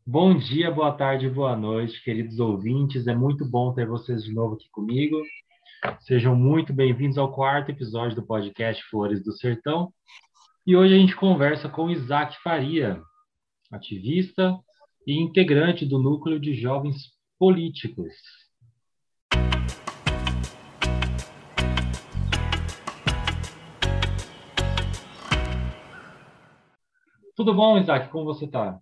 Bom dia, boa tarde, boa noite, queridos ouvintes. É muito bom ter vocês de novo aqui comigo. Sejam muito bem-vindos ao quarto episódio do podcast Flores do Sertão. E hoje a gente conversa com Isaac Faria, ativista e integrante do Núcleo de Jovens Políticos. Tudo bom, Isaac? Como você está?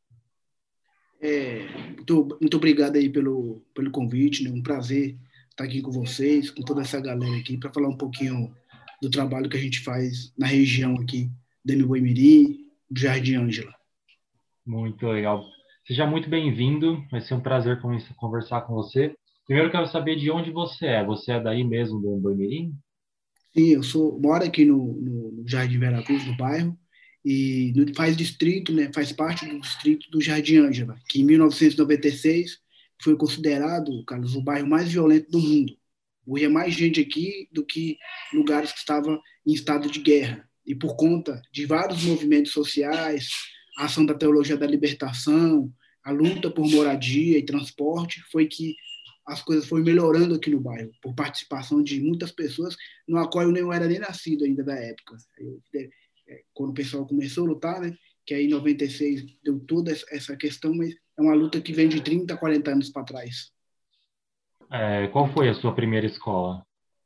Muito obrigado aí pelo convite, né? Um prazer estar aqui com vocês, com toda essa galera aqui, para falar um pouquinho do trabalho que a gente faz na região aqui do Boi-Mirim, do Jardim Ângela. Muito legal. Seja muito bem-vindo. Vai ser um prazer conversar com você. Primeiro, eu quero saber de onde você é. Você é daí mesmo, do Boi-mirim? Sim, moro aqui no Jardim Veracruz, no bairro, e faz distrito, né? Faz parte do distrito do Jardim Ângela, que em 1996 foi considerado, Carlos, o bairro mais violento do mundo. Morria mais gente aqui do que lugares que estavam em estado de guerra. E por conta de vários movimentos sociais, a ação da teologia da libertação, a luta por moradia e transporte, foi que as coisas foram melhorando aqui no bairro, por participação de muitas pessoas, no qual eu não era nem nascido ainda da época. Quando o pessoal começou a lutar, né, que aí em 96 deu toda essa questão, mas é uma luta que vem de 30, 40 anos para trás. Qual foi a sua primeira escola?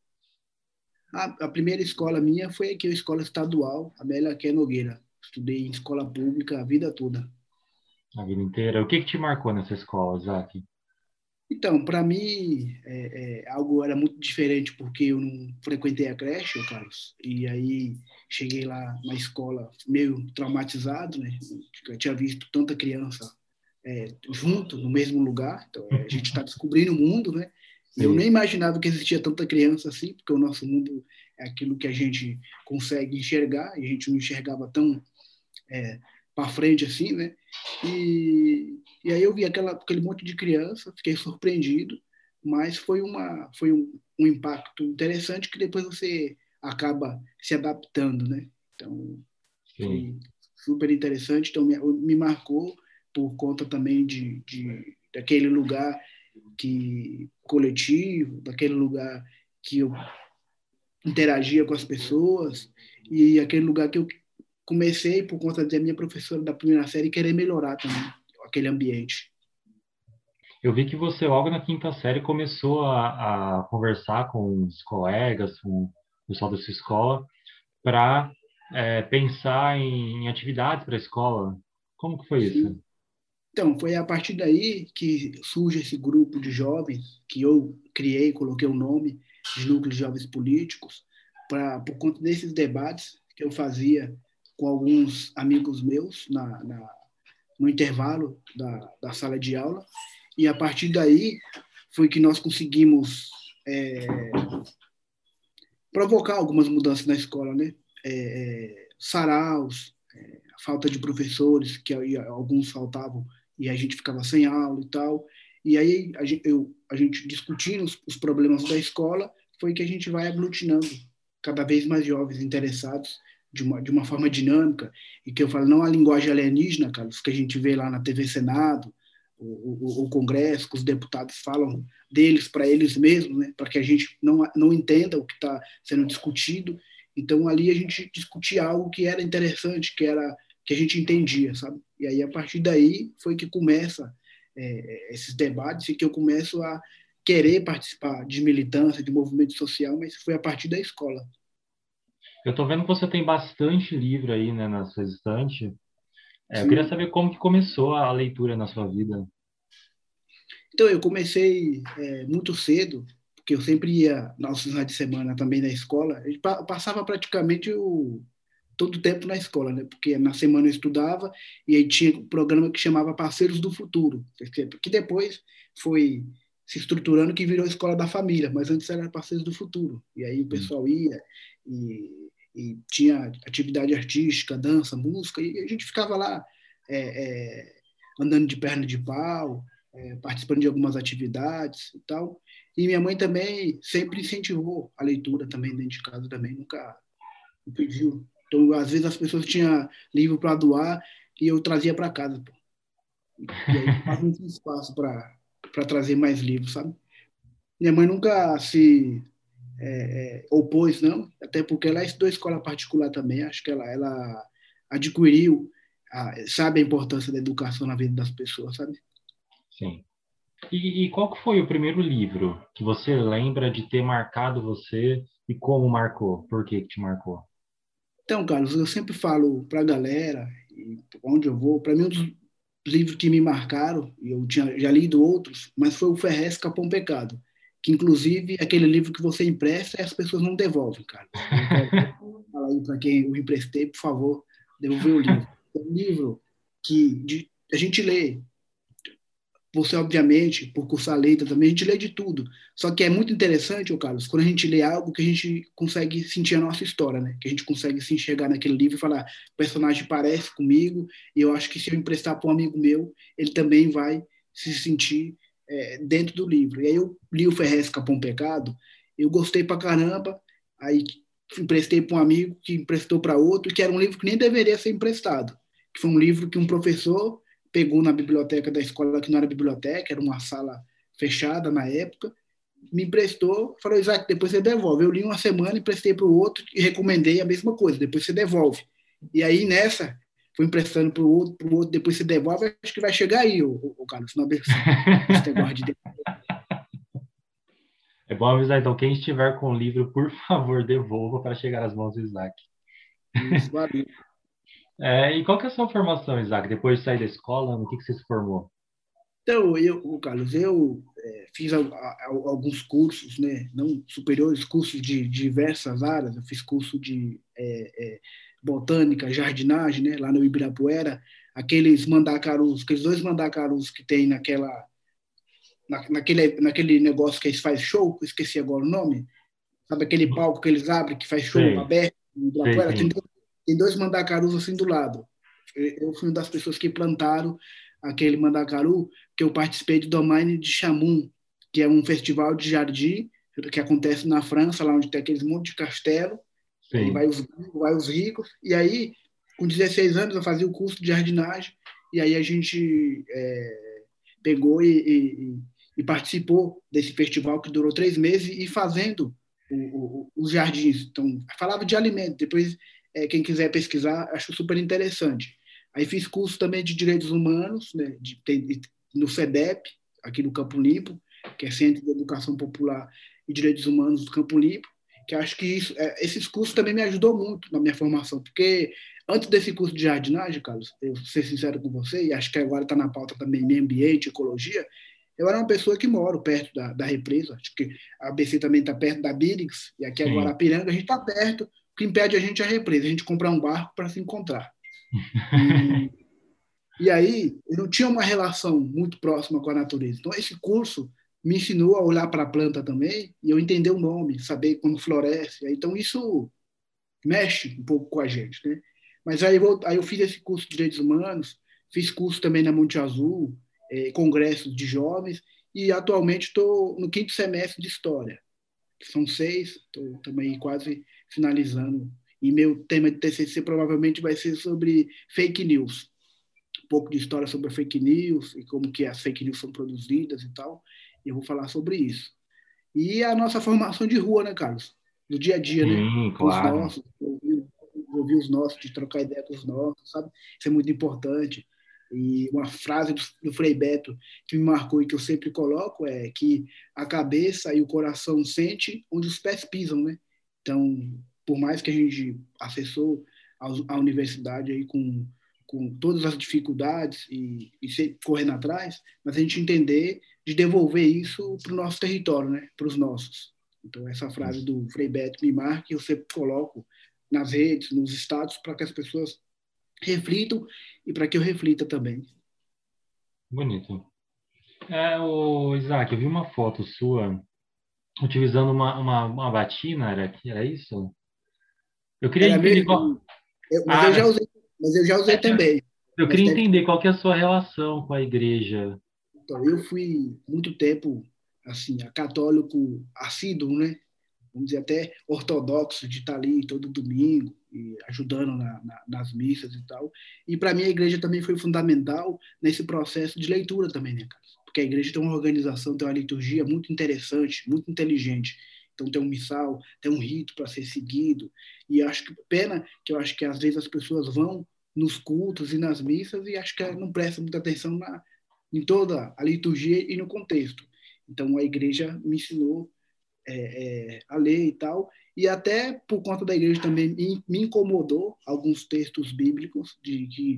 A primeira escola minha foi aqui, a escola estadual, Amélia Quer Nogueira. Estudei em escola pública a vida toda. A vida inteira? O que te marcou nessa escola, Isaac? Então, para mim, algo era muito diferente, porque eu não frequentei a creche, Carlos, e aí cheguei lá na escola meio traumatizado, né? Eu tinha visto tanta criança junto, no mesmo lugar, então a gente está descobrindo o mundo, né? E eu nem Sim. imaginava que existia tanta criança assim, porque o nosso mundo é aquilo que a gente consegue enxergar, e a gente não enxergava tão para frente assim, né? E aí eu vi aquele monte de criança, fiquei surpreendido, mas foi um impacto interessante que depois você acaba se adaptando, né? Então Sim. foi super interessante, então me marcou por conta também daquele lugar que coletivo, daquele lugar que eu interagia com as pessoas e aquele lugar que eu comecei, por conta da minha professora da primeira série, querer melhorar também aquele ambiente. Eu vi que você, logo na quinta série, começou a conversar com os colegas, com o pessoal da sua escola, para pensar em atividades para a escola. Como que foi isso? Sim. Então, foi a partir daí que surge esse grupo de jovens que eu criei, coloquei o nome de Núcleo de Jovens Políticos, por conta desses debates que eu fazia com alguns amigos meus no intervalo da sala de aula. E a partir daí foi que nós conseguimos provocar algumas mudanças na escola, né? Saraus, a falta de professores, que alguns faltavam e a gente ficava sem aula e tal. E aí a gente discutindo os problemas da escola, foi que a gente vai aglutinando cada vez mais jovens interessados de uma forma dinâmica, e que eu falo, não a linguagem alienígena, Carlos, que a gente vê lá na TV Senado, o Congresso, que os deputados falam deles para eles mesmos, né, para que a gente não entenda o que está sendo discutido. Então, ali a gente discutia algo que era interessante, que a gente entendia, sabe? E aí, a partir daí, foi que começa esses debates e que eu começo a querer participar de militância, de movimento social, mas foi a partir da escola. Eu estou vendo que você tem bastante livro aí, né, na sua estante. Eu queria Sim. saber como que começou a leitura na sua vida. Então, eu comecei muito cedo, porque eu sempre ia aos finais de semana também na escola. Eu passava praticamente todo o tempo na escola, né? Porque na semana eu estudava e aí tinha um programa que chamava Parceiros do Futuro, que depois foi se estruturando, que virou Escola da Família, mas antes era Parceiros do Futuro. E aí o Sim. pessoal ia e tinha atividade artística, dança, música, e a gente ficava lá é, é, andando de perna de pau, participando de algumas atividades e tal. E minha mãe também sempre incentivou a leitura também dentro de casa também, nunca impediu. Então, às vezes as pessoas tinham livro para doar e eu trazia para casa. Pô. E aí quase não tinha espaço para trazer mais livros, sabe? Minha mãe nunca se opôs, não, até porque ela estudou escola particular também, acho que ela adquiriu, sabe a importância da educação na vida das pessoas, sabe? Sim. E qual que foi o primeiro livro que você lembra de ter marcado você e como marcou? Por que que te marcou? Então, Carlos, eu sempre falo para a galera, e onde eu vou, para mim um dos livros que me marcaram, e eu tinha já lido outros, mas foi o Ferrez Capão Pecado, que inclusive é aquele livro que você empresta e as pessoas não devolvem, Carlos. Eu quero falar aí para quem eu emprestei, por favor, devolver o livro. É um livro a gente lê, você, obviamente, por cursar letra também, a gente lê de tudo. Só que é muito interessante, ô Carlos, quando a gente lê algo que a gente consegue sentir a nossa história, né? Que a gente consegue se enxergar naquele livro e falar, o personagem parece comigo, e eu acho que se eu emprestar para um amigo meu, ele também vai se sentir dentro do livro. E aí eu li o Ferrez Capão Pecado, eu gostei pra caramba, aí emprestei para um amigo que emprestou para outro, que era um livro que nem deveria ser emprestado, que foi um livro que um professor pegou na biblioteca da escola, que não era biblioteca, era uma sala fechada na época, me emprestou, falou, Isaac, depois você devolve. Eu li uma semana, emprestei para o outro e recomendei a mesma coisa, depois você devolve. E aí, nessa, fui emprestando para o outro, depois você devolve, acho que vai chegar aí, o Carlos, na versão. Esse negócio de É bom avisar, então, quem estiver com o livro, por favor, devolva para chegar às mãos do Isaac. isso, valeu. E qual que é a sua formação, Isaac? Depois de sair da escola, no que você se formou? Então, Carlos, eu fiz alguns cursos, né, não superiores, cursos de diversas áreas. Eu fiz curso de botânica, jardinagem, né, lá no Ibirapuera, aqueles mandacarus, aqueles dois mandacarus que tem naquele negócio que eles fazem show, eu esqueci agora o nome, sabe aquele palco que eles abrem, que faz show Sei, aberto no sei, Ibirapuera? sim. Tem dois mandacarus assim do lado. Eu fui uma das pessoas que plantaram aquele mandacaru, que eu participei do Domaine de Chamoun, que é um festival de jardim que acontece na França, lá onde tem aqueles monte de castelo, e aí Sim. vai os ricos, e aí, com 16 anos, eu fazia o curso de jardinagem, e aí a gente pegou e participou desse festival que durou 3 meses e fazendo os jardins. Então, falava de alimento. Depois, quem quiser pesquisar, acho super interessante. Aí fiz curso também de direitos humanos, né, no CEDEP, aqui no Campo Limpo, que é Centro de Educação Popular e Direitos Humanos do Campo Limpo, que acho que esses cursos também me ajudou muito na minha formação, porque antes desse curso de jardinagem, Carlos, eu vou ser sincero com você, e acho que agora está na pauta também meio ambiente, ecologia, eu era uma pessoa que moro perto da represa, acho que a ABC também está perto da Billings, e aqui agora a Sim. Piranga, a gente está perto, o que impede a gente é a represa, a gente comprar um barco para se encontrar. E, e aí, eu não tinha uma relação muito próxima com a natureza. Então, esse curso me ensinou a olhar para a planta também, e eu entender o nome, saber como floresce. Então, isso mexe um pouco com a gente, né? Mas aí eu fiz esse curso de Direitos Humanos, fiz curso também na Monte Azul, congressos de jovens, e atualmente estou no quinto semestre de História, que são 6, estou também quase finalizando. E meu tema de TCC provavelmente vai ser sobre fake news, um pouco de história sobre a fake news e como que as fake news são produzidas e tal. E eu vou falar sobre isso. E a nossa formação de rua, né, Carlos? Do dia a dia, né? Sim, Com os claro. nossos, ouvir os nossos, de trocar ideia com os nossos, sabe? Isso é muito importante. E uma frase do Frei Beto que me marcou e que eu sempre coloco é que a cabeça e o coração sente onde os pés pisam, né? Então, por mais que a gente acessou a universidade aí com todas as dificuldades e sempre correndo atrás, mas a gente entender de devolver isso para o nosso território, né? Para os nossos. Então, essa frase do Frei Beto me marca e eu sempre coloco nas redes, nos status, para que as pessoas reflitam e para que eu reflita também. Bonito. O Isaac, eu vi uma foto sua utilizando uma batina, era isso? Eu queria Era entender mesmo, mas Ah, eu já usei também. eu Mas queria deve entender ter. qual que é a sua relação com a igreja. Então, eu fui muito tempo assim, a católico assíduo, né? vamos dizer, até ortodoxos de estar ali todo domingo e ajudando nas missas e tal. E para mim a igreja também foi fundamental nesse processo de leitura também, né, cara? Porque a igreja tem uma organização, tem uma liturgia muito interessante, muito inteligente. Então tem um missal, tem um rito para ser seguido. E acho que pena que eu acho que às vezes as pessoas vão nos cultos e nas missas e acho que não prestam muita atenção em toda a liturgia e no contexto. Então a igreja me ensinou a ler e tal, e até por conta da igreja também me incomodou alguns textos bíblicos de que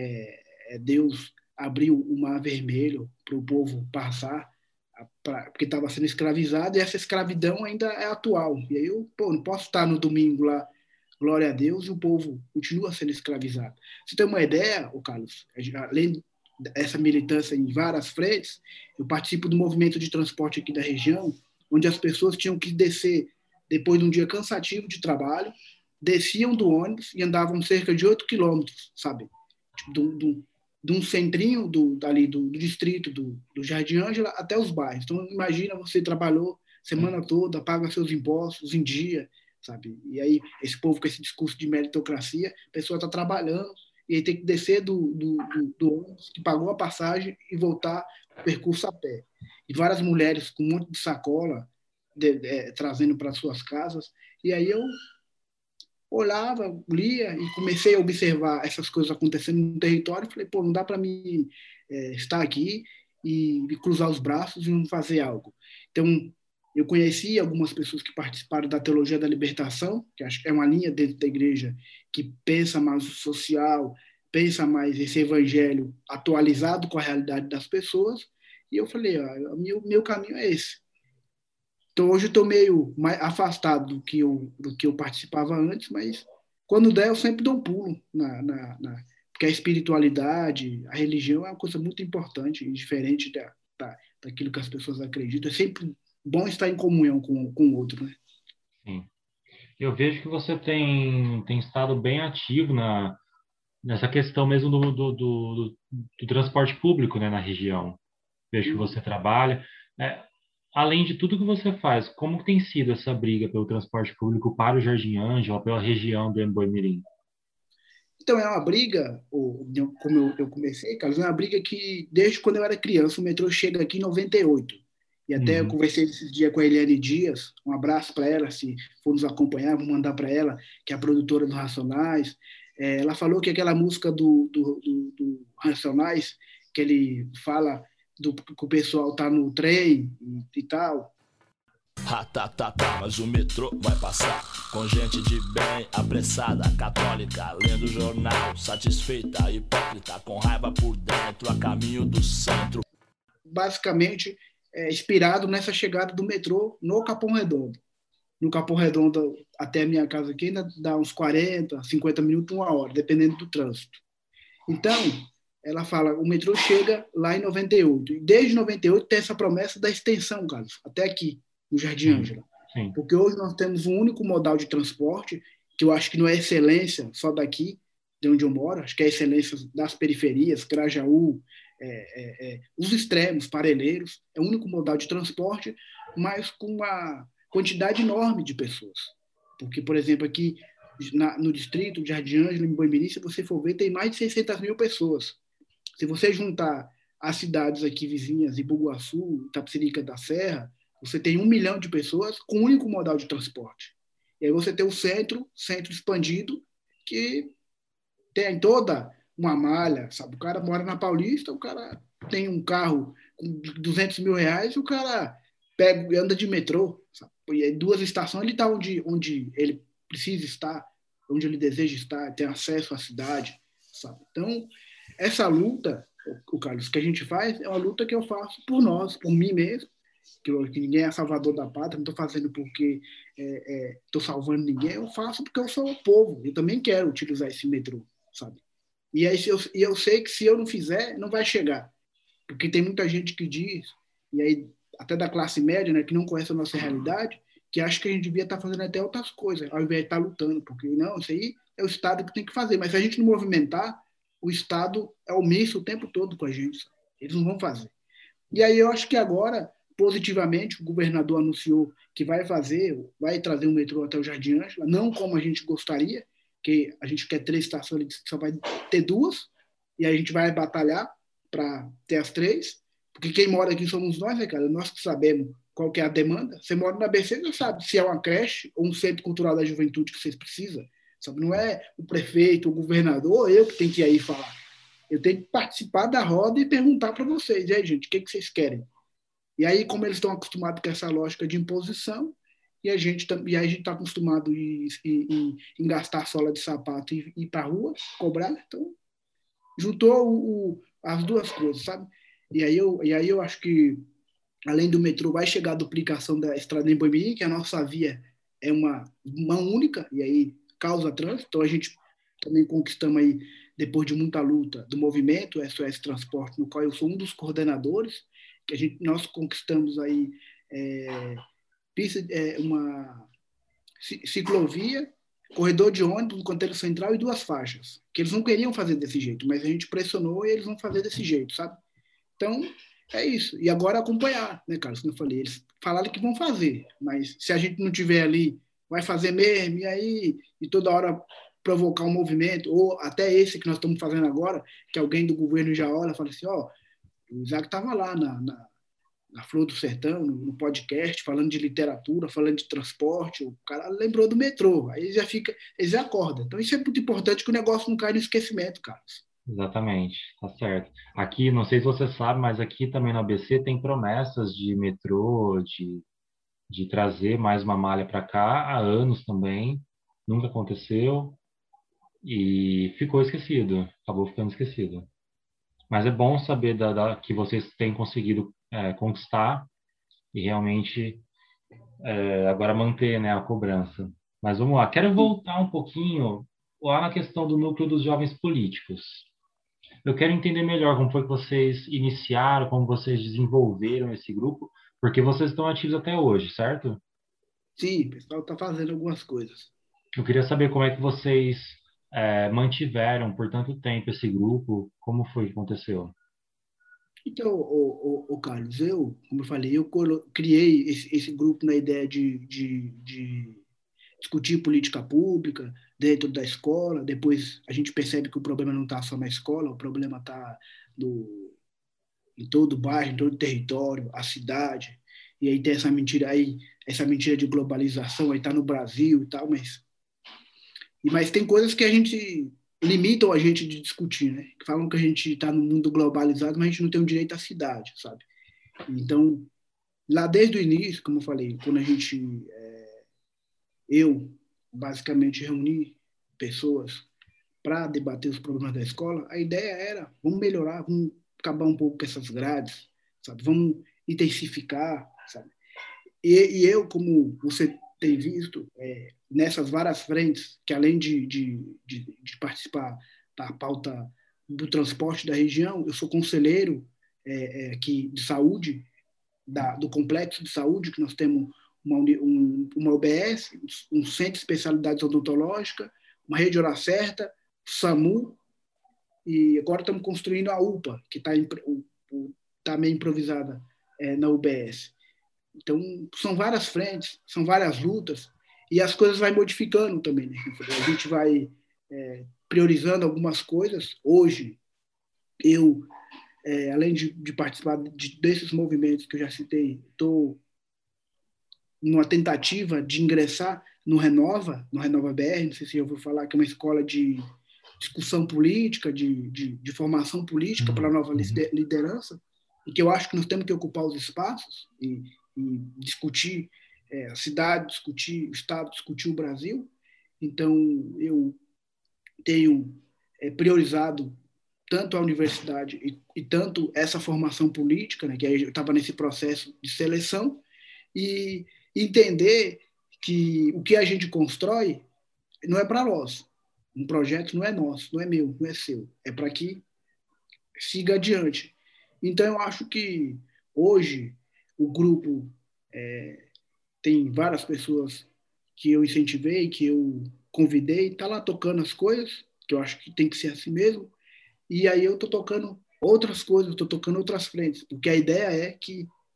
Deus abriu o mar vermelho para o povo passar, porque estava sendo escravizado, e essa escravidão ainda é atual. E aí eu não posso estar no domingo lá, glória a Deus, e o povo continua sendo escravizado. Você tem uma ideia, Carlos, além dessa militância em várias frentes, eu participo do movimento de transporte aqui da região, onde as pessoas tinham que descer depois de um dia cansativo de trabalho, desciam do ônibus e andavam cerca de 8 quilômetros, sabe? Tipo, de um centrinho ali do distrito do Jardim Ângela até os bairros. Então, imagina, você trabalhou semana toda, paga seus impostos em dia, sabe? E aí, esse povo com esse discurso de meritocracia, a pessoa está trabalhando e aí tem que descer do ônibus que pagou a passagem e voltar o percurso a pé. E várias mulheres com um monte de sacola trazendo para suas casas. E aí eu olhava, lia e comecei a observar essas coisas acontecendo no território. Falei, não dá para mim estar aqui e cruzar os braços e não fazer algo. Então, eu conheci algumas pessoas que participaram da Teologia da Libertação, que acho que é uma linha dentro da igreja que pensa mais o social, pensa mais esse evangelho atualizado com a realidade das pessoas. E eu falei, meu caminho é esse. Então, hoje eu estou meio mais afastado do que eu participava antes, mas quando der, eu sempre dou um pulo, porque a espiritualidade, a religião é uma coisa muito importante e diferente daquilo que as pessoas acreditam. É sempre bom estar em comunhão com o outro, né? Sim. Eu vejo que você tem estado bem ativo nessa questão mesmo do transporte público, né, na região. Vejo que você trabalha. Além de tudo que você faz, como que tem sido essa briga pelo transporte público para o Jardim Ângela, pela região do Boi-mirim? Então, é uma briga, como eu comecei, Carlos, é uma briga que, desde quando eu era criança, o metrô chega aqui em 98. E até eu conversei esses dias com a Eliane Dias, um abraço para ela, se for nos acompanhar, vou mandar para ela, que é a produtora do Racionais. Ela falou que aquela música do Racionais, que ele fala que o pessoal está no trem e tal. Mas o metrô vai passar com gente de bem, apressada, católica, lendo jornal, satisfeita, hipócrita, com raiva por dentro, a caminho do centro. Basicamente, inspirado nessa chegada do metrô no Capão Redondo. No Capão Redondo, até a minha casa aqui, ainda dá uns 40, 50 minutos, 1 hora, dependendo do trânsito. Então, ela fala, o metrô chega lá em 98. E desde 98 tem essa promessa da extensão, Carlos, até aqui, no Jardim Ângela. Porque hoje nós temos um único modal de transporte, que eu acho que não é excelência só daqui, de onde eu moro, acho que é excelência das periferias, Grajaú, os extremos, Parelheiros, é o único modal de transporte, mas com uma quantidade enorme de pessoas. Porque, por exemplo, aqui no distrito de Jardim Ângela, em Boi-mirim, se você for ver, tem mais de 600 mil pessoas. Se você juntar as cidades aqui vizinhas, Ipuguaçu, Itapecerica da Serra, você tem 1 milhão de pessoas com um único modal de transporte. E aí você tem o centro expandido, que tem toda uma malha, sabe? O cara mora na Paulista, o cara tem um carro com 200 mil reais, o cara pega e anda de metrô, sabe? E aí 2 estações, ele está onde ele precisa estar, onde ele deseja estar, tem acesso à cidade, sabe? Então, essa luta, o Carlos, que a gente faz, é uma luta que eu faço por nós, por mim mesmo, que ninguém é salvador da pátria, não estou fazendo porque estou salvando ninguém, eu faço porque eu sou o povo, eu também quero utilizar esse metrô, sabe? E aí eu sei que se eu não fizer, não vai chegar, porque tem muita gente que diz, e aí até da classe média, né, que não conhece a nossa realidade, que acha que a gente devia estar fazendo até outras coisas, ao invés de estar lutando, porque não, isso aí é o Estado que tem que fazer, mas se a gente não movimentar, o Estado é omisso o tempo todo com a gente, sabe? Eles não vão fazer. E aí eu acho que agora positivamente. O governador anunciou que vai trazer um metrô até o Jardim Ângela, não como a gente gostaria, que a gente quer 3 estações, ele disse que só vai ter 2, e a gente vai batalhar para ter as 3, porque quem mora aqui somos nós, né, cara? Nós que sabemos qual que é a demanda. Você mora na ABC, você sabe se é uma creche ou um centro cultural da juventude que vocês precisam. Sabe? Não é o prefeito, o governador, eu que tenho que ir aí falar. Eu tenho que participar da roda e perguntar para vocês, e aí, gente, o que vocês querem? E aí, como eles estão acostumados com essa lógica de imposição, e a gente está acostumado em gastar sola de sapato e ir para a rua, cobrar, então juntou as duas coisas, sabe? E aí eu acho que, além do metrô, vai chegar a duplicação da estrada em Boimirim, que a nossa via é uma mão única, e aí causa trânsito, então a gente também conquistamos aí, depois de muita luta do movimento SOS Transporte, no qual eu sou um dos coordenadores, que nós conquistamos aí uma ciclovia, corredor de ônibus, um canteiro central e 2 faixas, que eles não queriam fazer desse jeito, mas a gente pressionou e eles vão fazer desse jeito, sabe? Então, é isso. E agora acompanhar, né, Carlos? Como eu falei, eles falaram que vão fazer, mas se a gente não tiver ali, vai fazer mesmo, e aí, e toda hora provocar um movimento, ou até esse que nós estamos fazendo agora, que alguém do governo já olha e fala assim, o Isaac estava lá na Flor do Sertão, no podcast, falando de literatura, falando de transporte, o cara lembrou do metrô, aí eles já acordam. Então isso é muito importante, que o negócio não caia no esquecimento, Carlos. Exatamente, tá certo. Aqui, não sei se você sabe, mas aqui também no ABC tem promessas de metrô, de trazer mais uma malha para cá há anos também, nunca aconteceu e ficou esquecido, acabou ficando esquecido. Mas é bom saber que vocês têm conseguido conquistar e realmente agora manter, né, a cobrança. Mas vamos lá, quero voltar um pouquinho lá na questão do núcleo dos jovens políticos. Eu quero entender melhor como foi que vocês iniciaram, como vocês desenvolveram esse grupo, porque vocês estão ativos até hoje, certo? Sim, o pessoal está fazendo algumas coisas. Eu queria saber como é que vocês mantiveram por tanto tempo esse grupo, como foi que aconteceu? Então, Carlos, como eu falei, eu criei esse grupo na ideia de discutir política pública dentro da escola. Depois a gente percebe que o problema não está só na escola, o problema está em todo o bairro, em todo o território, a cidade. E aí tem essa mentira de globalização, aí está no Brasil e tal, mas tem coisas que a gente limitam a gente de discutir, né? Que falam que a gente está no mundo globalizado, mas a gente não tem o direito à cidade, sabe? Então, lá desde o início, como eu falei, quando eu basicamente reuni pessoas para debater os problemas da escola, a ideia era, vamos melhorar, vamos acabar um pouco com essas grades, sabe? Vamos intensificar, sabe? E eu, como você tem visto, nessas várias frentes, que além de participar da pauta do transporte da região, eu sou conselheiro aqui de saúde, do complexo de saúde, que nós temos uma UBS, um centro de especialidades odontológica, uma rede Hora Certa, SAMU, e agora estamos construindo a UPA, que está meio improvisada na UBS. Então, são várias frentes, são várias lutas, e as coisas vai modificando também, né? A gente vai priorizando algumas coisas. Hoje, eu, além de participar desses movimentos que eu já citei, estou numa tentativa de ingressar no Renova BR, não sei se eu vou falar, que é uma escola de discussão política, de formação política para a nova liderança, e que eu acho que nós temos que ocupar os espaços e discutir a cidade, discutir o Estado, discutir o Brasil. Então, eu tenho priorizado tanto a universidade e tanto essa formação política, né, que eu estava nesse processo de seleção, e entender que o que a gente constrói não é para nós. Um projeto não é nosso, não é meu, não é seu. É para que siga adiante. Então, eu acho que hoje o grupo tem várias pessoas que eu incentivei, que eu convidei, está lá tocando as coisas, que eu acho que tem que ser assim mesmo, e aí eu estou tocando outras coisas, estou tocando outras frentes, porque a ideia é que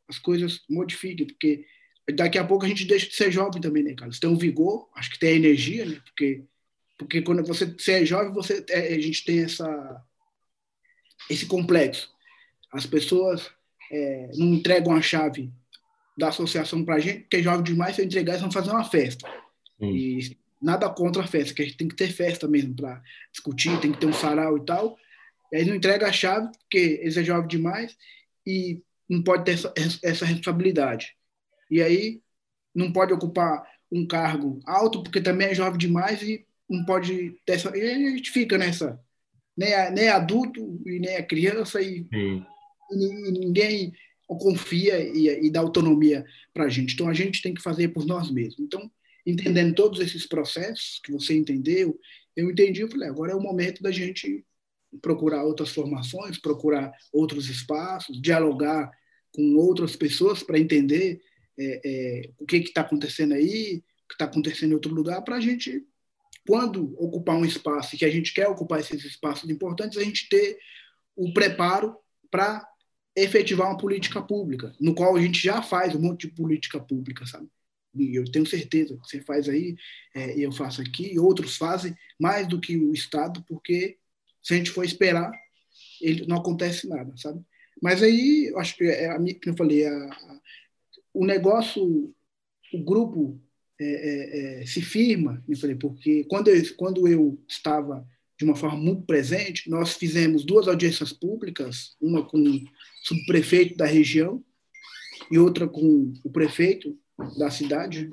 as coisas modifiquem, porque daqui a pouco a gente deixa de ser jovem também, né, Carlos? Tem um vigor, acho que tem energia, né? Porque quando você é jovem, a gente tem esse complexo. As pessoas não entregam a chave da associação para a gente, porque é jovem demais, se eu entregar, eles vão fazer uma festa. E nada contra a festa, que a gente tem que ter festa mesmo para discutir, tem que ter um sarau e tal. E aí não entrega a chave, porque eles é jovem demais e não pode ter essa responsabilidade. E aí não pode ocupar um cargo alto, porque também é jovem demais e não pode ter essa... E a gente fica nessa... Nem é adulto e nem é criança e ninguém confia e dá autonomia para a gente. Então, a gente tem que fazer por nós mesmos. Então, entendendo todos esses processos que você entendeu, eu entendi, eu falei, agora é o momento da gente procurar outras formações, procurar outros espaços, dialogar com outras pessoas para entender o que está acontecendo aí, o que está acontecendo em outro lugar, para a gente, quando ocupar um espaço e que a gente quer ocupar esses espaços importantes, a gente ter o preparo para efetivar uma política pública, no qual a gente já faz um monte de política pública, sabe? E eu tenho certeza que você faz aí, eu faço aqui, e outros fazem mais do que o Estado, porque se a gente for esperar, não acontece nada, sabe? Mas aí, eu acho que, que eu falei, o negócio, o grupo se firma, eu falei, porque quando eu estava de uma forma muito presente, nós fizemos 2 audiências públicas, uma com o subprefeito da região e outra com o prefeito da cidade,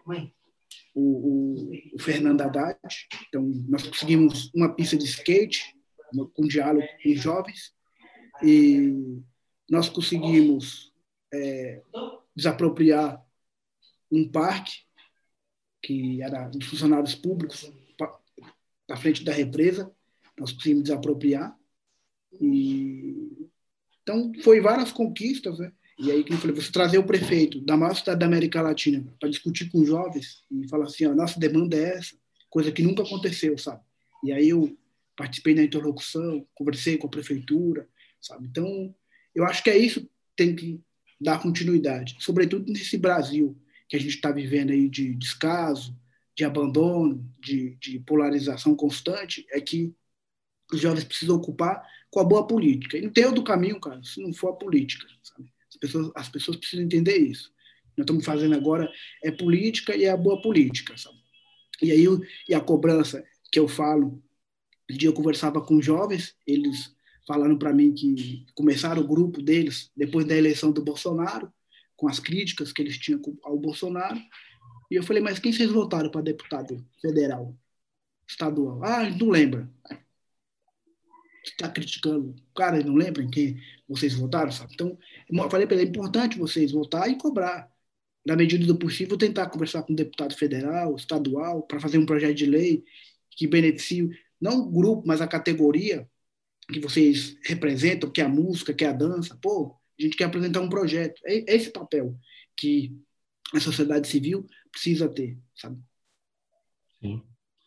o Fernando Haddad. Então, nós conseguimos uma pista de skate, com diálogo com os jovens, e nós conseguimos desapropriar um parque que era de funcionários públicos na frente da represa, nós conseguimos desapropriar. Então, foi várias conquistas, né? E aí, como eu falei, você trazer o prefeito da maior cidade da América Latina para discutir com os jovens e falar assim, nossa demanda é essa, coisa que nunca aconteceu, sabe? E aí eu participei da interlocução, conversei com a prefeitura, sabe? Então, eu acho que é isso que tem que dar continuidade, sobretudo nesse Brasil que a gente está vivendo aí de descaso, de abandono, de polarização constante, é que os jovens precisam ocupar com a boa política. E não tem outro caminho, cara, se não for a política, sabe? As pessoas precisam entender isso. Nós estamos fazendo agora política e é a boa política, sabe? E aí a cobrança que eu falo, um dia eu conversava com jovens, eles falaram para mim que começaram o grupo deles depois da eleição do Bolsonaro, com as críticas que eles tinham ao Bolsonaro. E eu falei, mas quem vocês votaram para deputado federal, estadual? Não lembra. Está criticando. Cara, não lembra em quem vocês votaram, sabe? Então, eu falei para ele, é importante vocês votar e cobrar. Na medida do possível, tentar conversar com o deputado federal, estadual, para fazer um projeto de lei que beneficie, não o grupo, mas a categoria que vocês representam, que é a música, que é a dança. Pô, a gente quer apresentar um projeto. É esse papel que a sociedade civil precisa ter, sabe? Sim.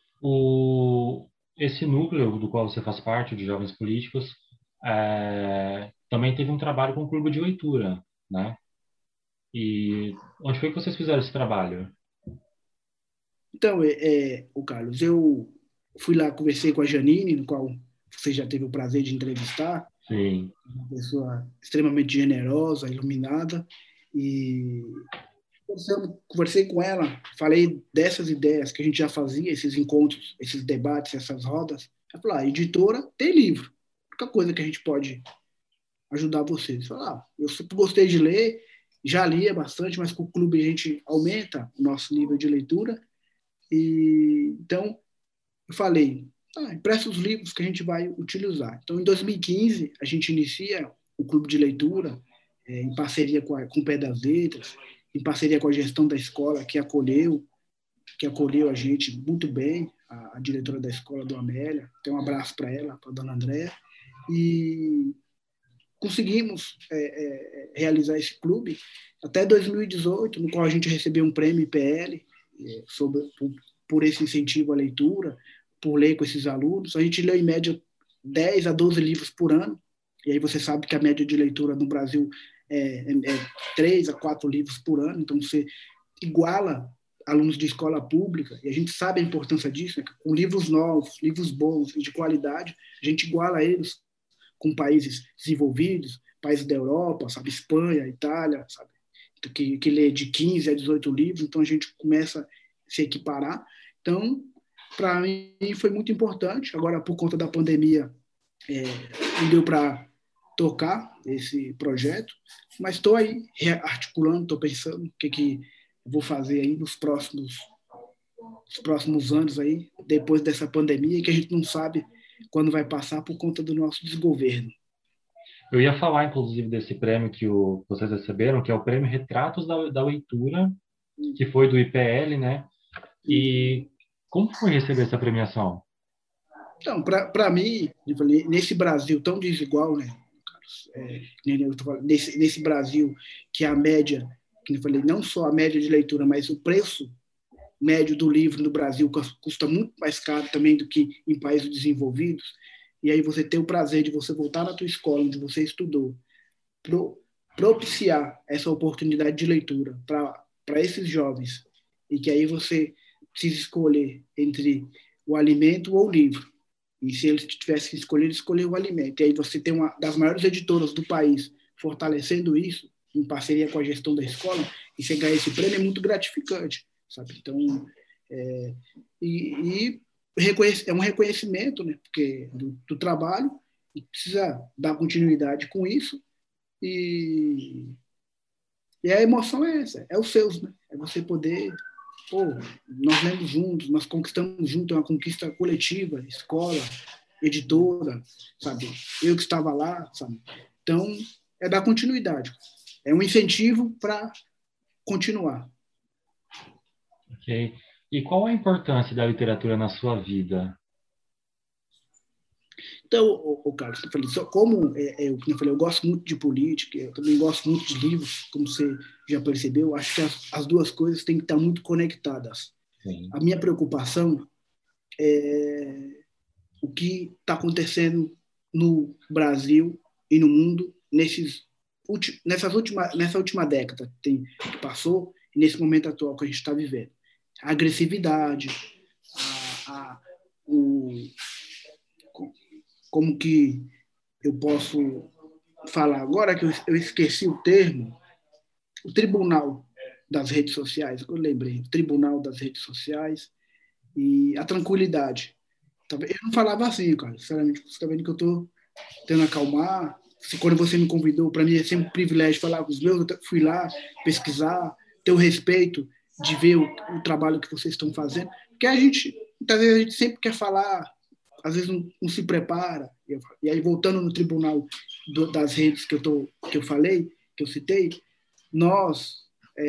Esse núcleo do qual você faz parte, de Jovens Políticos, também teve um trabalho com o Clube de Leitura, né? E onde foi que vocês fizeram esse trabalho? Então, o Carlos, eu fui lá, conversei com a Janine, no qual você já teve o prazer de entrevistar. Sim. Uma pessoa extremamente generosa, iluminada, e conversei com ela, falei dessas ideias que a gente já fazia, esses encontros, esses debates, essas rodas. Ela falou, editora tem livro, a única coisa que a gente pode ajudar vocês. Falei, eu sempre gostei de ler, já lia bastante, mas com o clube a gente aumenta o nosso nível de leitura. E então eu falei, empresta os livros que a gente vai utilizar. Então, em 2015, a gente inicia o clube de leitura, em parceria com o Pé das Letras, em parceria com a gestão da escola, que acolheu a gente muito bem, a diretora da escola, do Amélia. Então, um abraço para ela, para a dona Andréa. E conseguimos realizar esse clube até 2018, no qual a gente recebeu um prêmio IPL por esse incentivo à leitura, por ler com esses alunos. A gente leu, em média, 10 a 12 livros por ano. E aí você sabe que a média de leitura no Brasil 3 a 4 livros por ano, então você iguala alunos de escola pública, e a gente sabe a importância disso, né? Com livros novos, livros bons e de qualidade, a gente iguala eles com países desenvolvidos, países da Europa, sabe, Espanha, Itália, sabe, que lê de 15 a 18 livros, então a gente começa a se equiparar. Então, para mim, foi muito importante. Agora, por conta da pandemia, não deu para tocar esse projeto, mas estou aí articulando, estou pensando o que eu vou fazer aí nos próximos anos aí, depois dessa pandemia, que a gente não sabe quando vai passar por conta do nosso desgoverno. Eu ia falar, inclusive, desse prêmio que vocês receberam, que é o Prêmio Retratos da Leitura, que foi do IPL, né? E como foi receber essa premiação? Então, para mim, nesse Brasil tão desigual, né, nesse Brasil que a média, que eu falei, não só a média de leitura, mas o preço médio do livro no Brasil custa muito mais caro também do que em países desenvolvidos, e aí você ter o prazer de você voltar na tua escola, onde você estudou, propiciar essa oportunidade de leitura para esses jovens, e que aí você precisa escolher entre o alimento ou o livro. E se eles tivessem que escolher o alimento. E aí você tem uma das maiores editoras do país fortalecendo isso, em parceria com a gestão da escola, e você ganhar esse prêmio é muito gratificante, sabe? Então, é um reconhecimento, né? Porque do trabalho, e precisa dar continuidade com isso. E a emoção é essa, é os seus, né? É você poder... nós lemos juntos, nós conquistamos juntos, é uma conquista coletiva, escola, editora, sabe? Eu que estava lá, sabe? Então, é dar continuidade. É um incentivo para continuar. Ok. E qual a importância da literatura na sua vida? Então, Carlos, eu falei, como eu gosto muito de política, eu também gosto muito de livros, como você já percebeu, acho que as duas coisas têm que estar muito conectadas. Sim. A minha preocupação é o que está acontecendo no Brasil e no mundo nessa última década que passou e nesse momento atual que a gente está vivendo. A agressividade, como que eu posso falar agora que eu esqueci o termo, o tribunal das redes sociais, eu lembrei, o tribunal das redes sociais e a tranquilidade. Eu não falava assim, cara, sinceramente, você está vendo que eu estou tentando acalmar. Quando você me convidou, para mim é sempre um privilégio falar com os meus, eu fui lá pesquisar, ter o respeito de ver o trabalho que vocês estão fazendo, porque muitas vezes a gente sempre quer falar, às vezes não se prepara, e aí voltando no tribunal das redes que eu falei, que eu citei, nós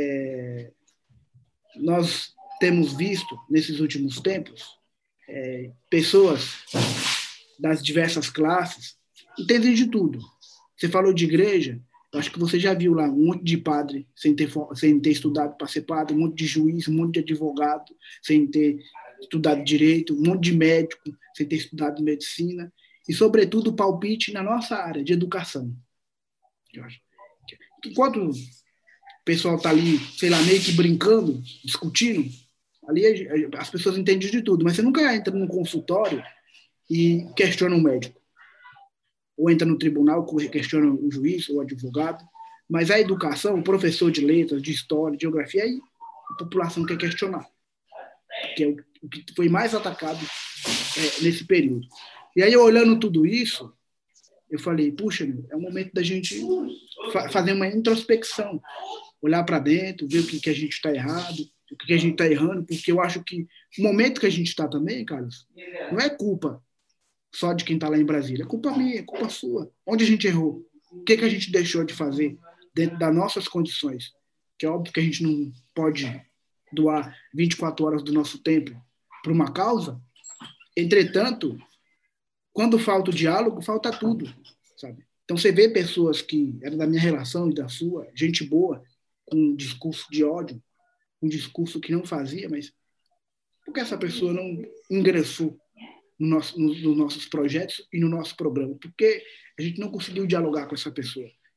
temos visto nesses últimos tempos pessoas das diversas classes entendem de tudo. Você falou de igreja, eu acho que você já viu lá um monte de padre sem ter estudado para ser padre, um monte de juiz, um monte de advogado sem ter estudado direito, um monte de médico sem ter estudado medicina e, sobretudo, o palpite na nossa área de educação. Enquanto o pessoal está ali, sei lá, meio que brincando, discutindo, ali as pessoas entendem de tudo, mas você nunca entra num consultório e questiona um médico. Ou entra no tribunal, questiona o juiz ou o advogado. Mas a educação, o professor de letras, de história, de geografia, aí a população quer questionar. Que é o que foi mais atacado nesse período. E aí, olhando tudo isso, eu falei, puxa, é um momento da gente fazer uma introspecção, olhar para dentro, ver o que a gente está errado, o que a gente está errando, porque eu acho que o momento que a gente está também, Carlos, não é culpa só de quem está lá em Brasília, é culpa minha, é culpa sua. Onde a gente errou? O que a gente deixou de fazer dentro das nossas condições? Que é óbvio que a gente não pode doar 24 horas do nosso tempo para uma causa. Entretanto, quando falta o diálogo, falta tudo, sabe? Então você vê pessoas que eram da minha relação e da sua, gente boa, com um discurso de ódio, um discurso que não fazia, mas por que essa pessoa não ingressou nos nossos projetos e no nosso programa? Porque a gente não conseguiu dialogar com essa pessoa.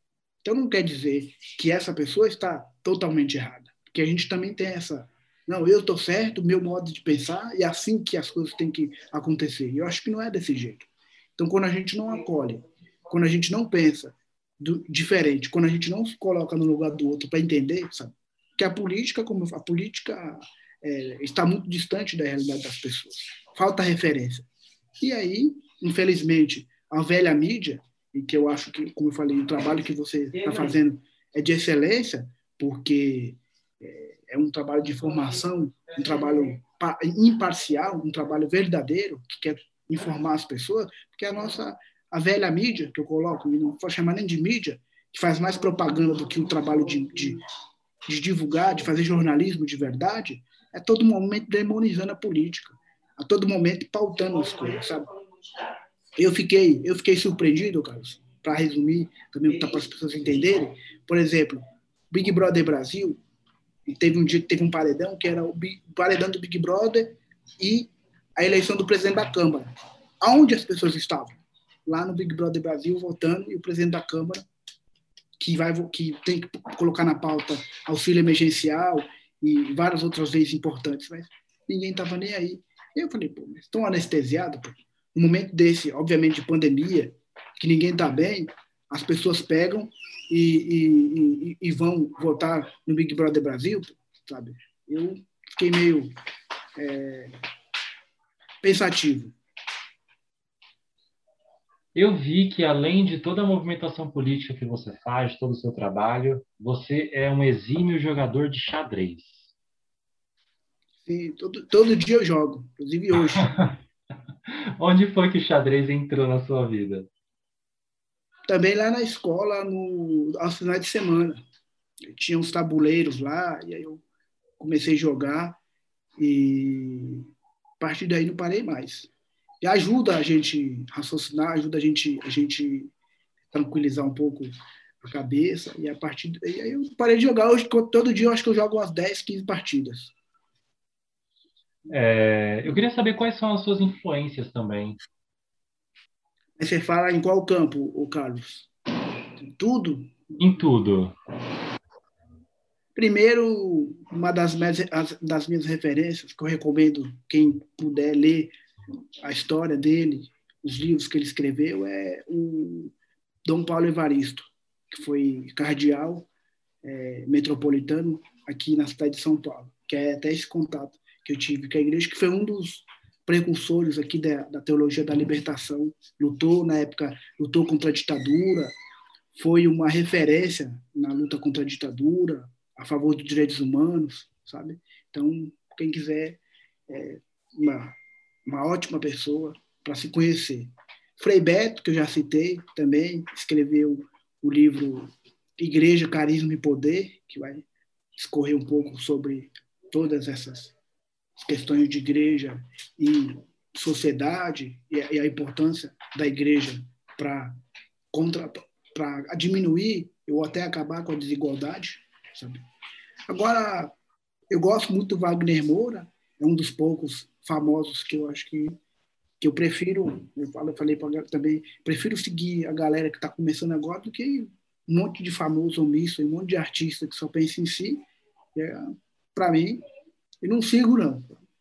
Então, não quer dizer que essa pessoa está totalmente errada, porque a gente também tem essa... Não, eu estou certo, meu modo de pensar, e é assim que as coisas têm que acontecer. E eu acho que não é desse jeito. Então, quando a gente não acolhe, quando a gente não pensa diferente, quando a gente não se coloca no lugar do outro para entender, sabe? Que a política, está muito distante da realidade das pessoas. Falta referência. E aí, infelizmente, a velha mídia, e que eu acho que, como eu falei, o trabalho que você está fazendo é de excelência, porque é um trabalho de formação, um trabalho imparcial, um trabalho verdadeiro, que quer informar as pessoas, porque a velha mídia, que eu coloco, e não vou chamar nem de mídia, que faz mais propaganda do que o trabalho de divulgar, de fazer jornalismo de verdade, é todo momento demonizando a política, a todo momento pautando as coisas, sabe? Eu fiquei surpreendido, Carlos, para resumir, também para as pessoas entenderem. Por exemplo, Big Brother Brasil, teve um dia que teve um paredão, que era o paredão do Big Brother e a eleição do presidente da Câmara. Aonde as pessoas estavam? Lá no Big Brother Brasil, votando, e o presidente da Câmara, que tem que colocar na pauta auxílio emergencial e várias outras leis importantes, mas ninguém estava nem aí. Eu falei, pô, mas estão anestesiados, pô. No momento desse, obviamente, de pandemia, que ninguém está bem, as pessoas pegam e vão votar no Big Brother Brasil, sabe? Eu fiquei meio pensativo. Eu vi que, além de toda a movimentação política que você faz, todo o seu trabalho, você é um exímio jogador de xadrez. Sim, todo dia eu jogo, inclusive hoje. Onde foi que o xadrez entrou na sua vida? Também lá na escola, aos finais de semana. Tinha uns tabuleiros lá, e aí eu comecei a jogar, e a partir daí não parei mais. E ajuda a gente raciocinar, ajuda a gente tranquilizar um pouco a cabeça, e e aí eu parei de jogar. Hoje, todo dia eu acho que eu jogo umas 10, 15 partidas. Eu queria saber quais são as suas influências também. Aí você fala em qual campo, o Carlos? Tudo? Em tudo. Primeiro, uma das minhas referências, que eu recomendo quem puder ler a história dele, os livros que ele escreveu, é o Dom Paulo Evaristo, que foi cardeal metropolitano aqui na cidade de São Paulo, que é até esse contato que eu tive com a igreja, que foi um dos precursores aqui da teologia da libertação, na época, lutou contra a ditadura, foi uma referência na luta contra a ditadura, a favor dos direitos humanos, sabe? Então, quem quiser, uma ótima pessoa para se conhecer. Frei Beto, que eu já citei também, escreveu o livro Igreja, Carisma e Poder, que vai discorrer um pouco sobre todas essas questões de igreja e sociedade e a importância da igreja para diminuir ou até acabar com a desigualdade, sabe? Agora, eu gosto muito do Wagner Moura, é um dos poucos famosos que eu acho que eu prefiro, falei para a galera também, prefiro seguir a galera que está começando agora do que um monte de famoso omisso, um monte de artista que só pensa em si. Para mim, eu não sigo, não.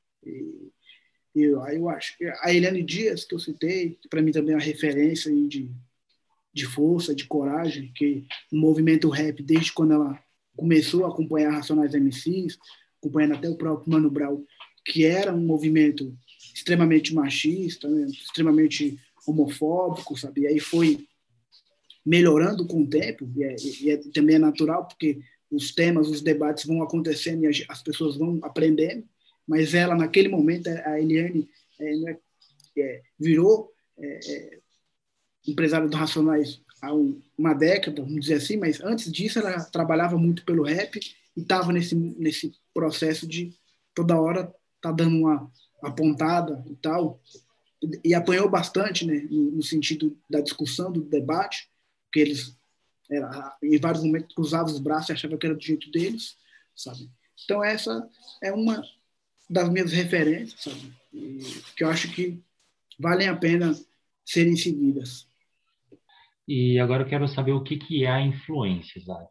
Eu acho que a Eliane Dias, que eu citei, para mim também é uma referência aí de força, de coragem, que no movimento rap, desde quando ela começou a acompanhar Racionais MCs, acompanhando até o próprio Mano Brown, que era um movimento extremamente machista, né, extremamente homofóbico, sabe? E aí foi melhorando com o tempo, também é natural, porque os temas, os debates vão acontecendo e as pessoas vão aprendendo, mas ela, naquele momento, a Eliane virou empresária do Racionais há uma década, vamos dizer assim, mas antes disso ela trabalhava muito pelo rap e estava nesse processo de toda hora tá dando uma pontada e tal, e apanhou bastante, né, no sentido da discussão, do debate, porque eles em vários momentos cruzavam os braços e achavam que era do jeito deles, sabe? Então essa é uma das minhas referências, sabe? Que eu acho que valem a pena serem seguidas. E agora eu quero saber o que que é a influência, Isaac.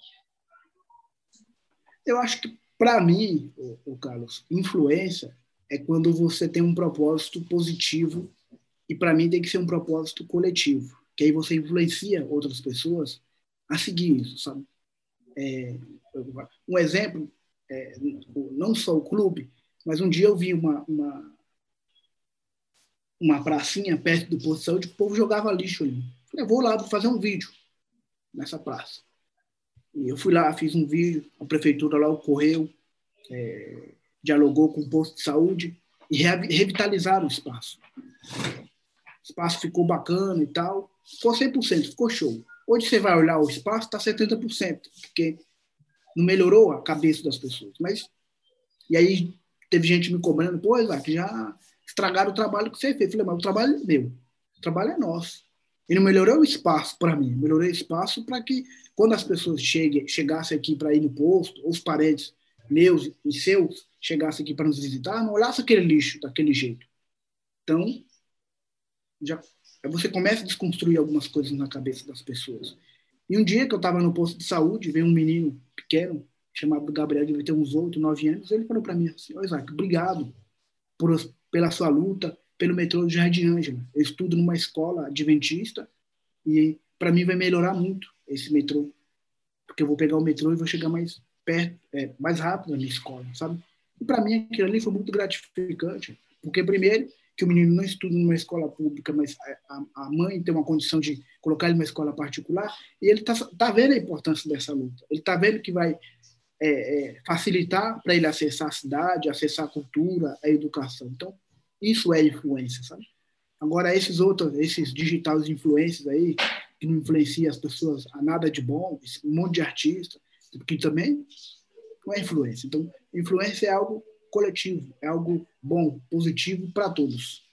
Eu acho que, para mim, o Carlos, influência é quando você tem um propósito positivo e, para mim, tem que ser um propósito coletivo, que aí você influencia outras pessoas a seguir isso, sabe? Um exemplo, não só o clube, mas um dia eu vi uma pracinha perto do posto de saúde que o povo jogava lixo ali. Falei, eu vou lá fazer um vídeo nessa praça. E eu fui lá, fiz um vídeo, a prefeitura lá ocorreu, dialogou com o posto de saúde e revitalizaram o espaço. O espaço ficou bacana e tal, ficou 100%, ficou show. Hoje você vai olhar o espaço, está 70%, porque não melhorou a cabeça das pessoas. Mas, e aí teve gente me cobrando, pô, Isaac, já estragaram o trabalho que você fez. Eu falei, mas o trabalho é meu, o trabalho é nosso. E não melhorou o espaço para mim, melhorou o espaço para que, quando as pessoas chegassem aqui para ir no posto, ou os parentes meus e seus chegassem aqui para nos visitar, não olhassem aquele lixo daquele jeito. Então, já, você começa a desconstruir algumas coisas na cabeça das pessoas. E um dia que eu estava no posto de saúde, veio um menino pequeno, chamado Gabriel, devia ter uns 8, 9 anos, ele falou para mim assim, Isaac, obrigado pela sua luta, pelo metrô do Jardim Ângela. Eu estudo numa escola adventista e para mim vai melhorar muito esse metrô, porque eu vou pegar o metrô e vou chegar mais perto, mais rápido na minha escola, sabe? E para mim aquilo ali foi muito gratificante, porque primeiro que o menino não estuda numa escola pública, mas a mãe tem uma condição de colocar ele numa escola particular, e ele tá vendo a importância dessa luta. Ele tá vendo que vai facilitar para ele acessar a cidade, acessar a cultura, a educação. Então, isso é influência, sabe? Agora, esses digitais influencers aí, que não influenciam as pessoas a nada de bom, um monte de artista, que também não é influência. Então, influência é algo coletivo, é algo bom, positivo para todos.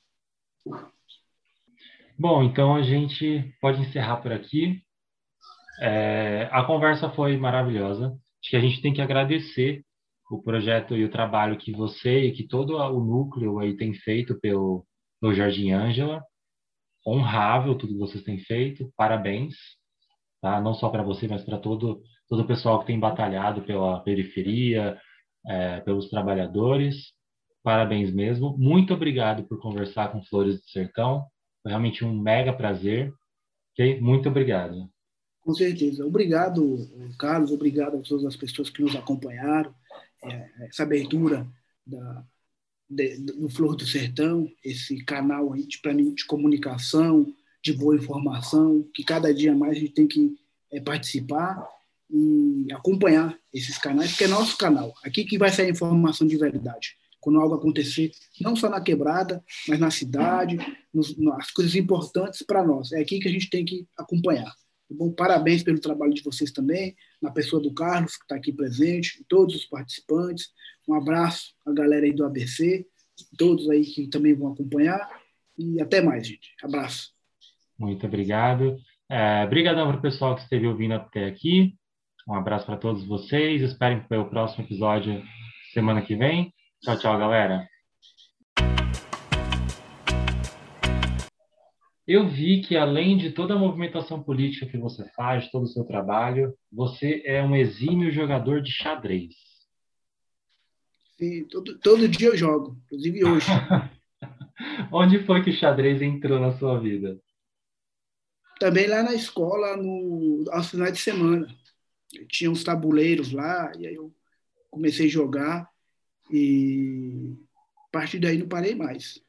Bom, então a gente pode encerrar por aqui. A conversa foi maravilhosa. Acho que a gente tem que agradecer o projeto e o trabalho que você e que todo o núcleo aí tem feito pelo Jardim Ângela. Honrável tudo que vocês têm feito. Parabéns, tá? Não só para você, mas para todo o pessoal que tem batalhado pela periferia, pelos trabalhadores. Parabéns mesmo. Muito obrigado por conversar com Flores do Sertão. Foi realmente um mega prazer. Ok? Muito obrigado. Com certeza. Obrigado, Carlos. Obrigado a todas as pessoas que nos acompanharam. Essa abertura do Flor do Sertão, esse canal aí, para mim, de comunicação, de boa informação, que cada dia mais a gente tem que participar e acompanhar esses canais, porque é nosso canal. Aqui que vai sair informação de verdade. Quando algo acontecer, não só na quebrada, mas na cidade, as coisas importantes para nós. É aqui que a gente tem que acompanhar. Bom, parabéns pelo trabalho de vocês também, na pessoa do Carlos, que está aqui presente, todos os participantes. Um abraço à galera aí do ABC, todos aí que também vão acompanhar. E até mais, gente. Abraço. Muito obrigado. Obrigadão para o pessoal que esteve ouvindo até aqui. Um abraço para todos vocês. Esperem pelo próximo episódio semana que vem. Tchau, tchau, galera. Eu vi que, além de toda a movimentação política que você faz, todo o seu trabalho, você é um exímio jogador de xadrez. Sim, todo dia eu jogo, inclusive hoje. Onde foi que o xadrez entrou na sua vida? Também lá na escola, aos finais de semana. Tinha uns tabuleiros lá, e aí eu comecei a jogar, e a partir daí não parei mais.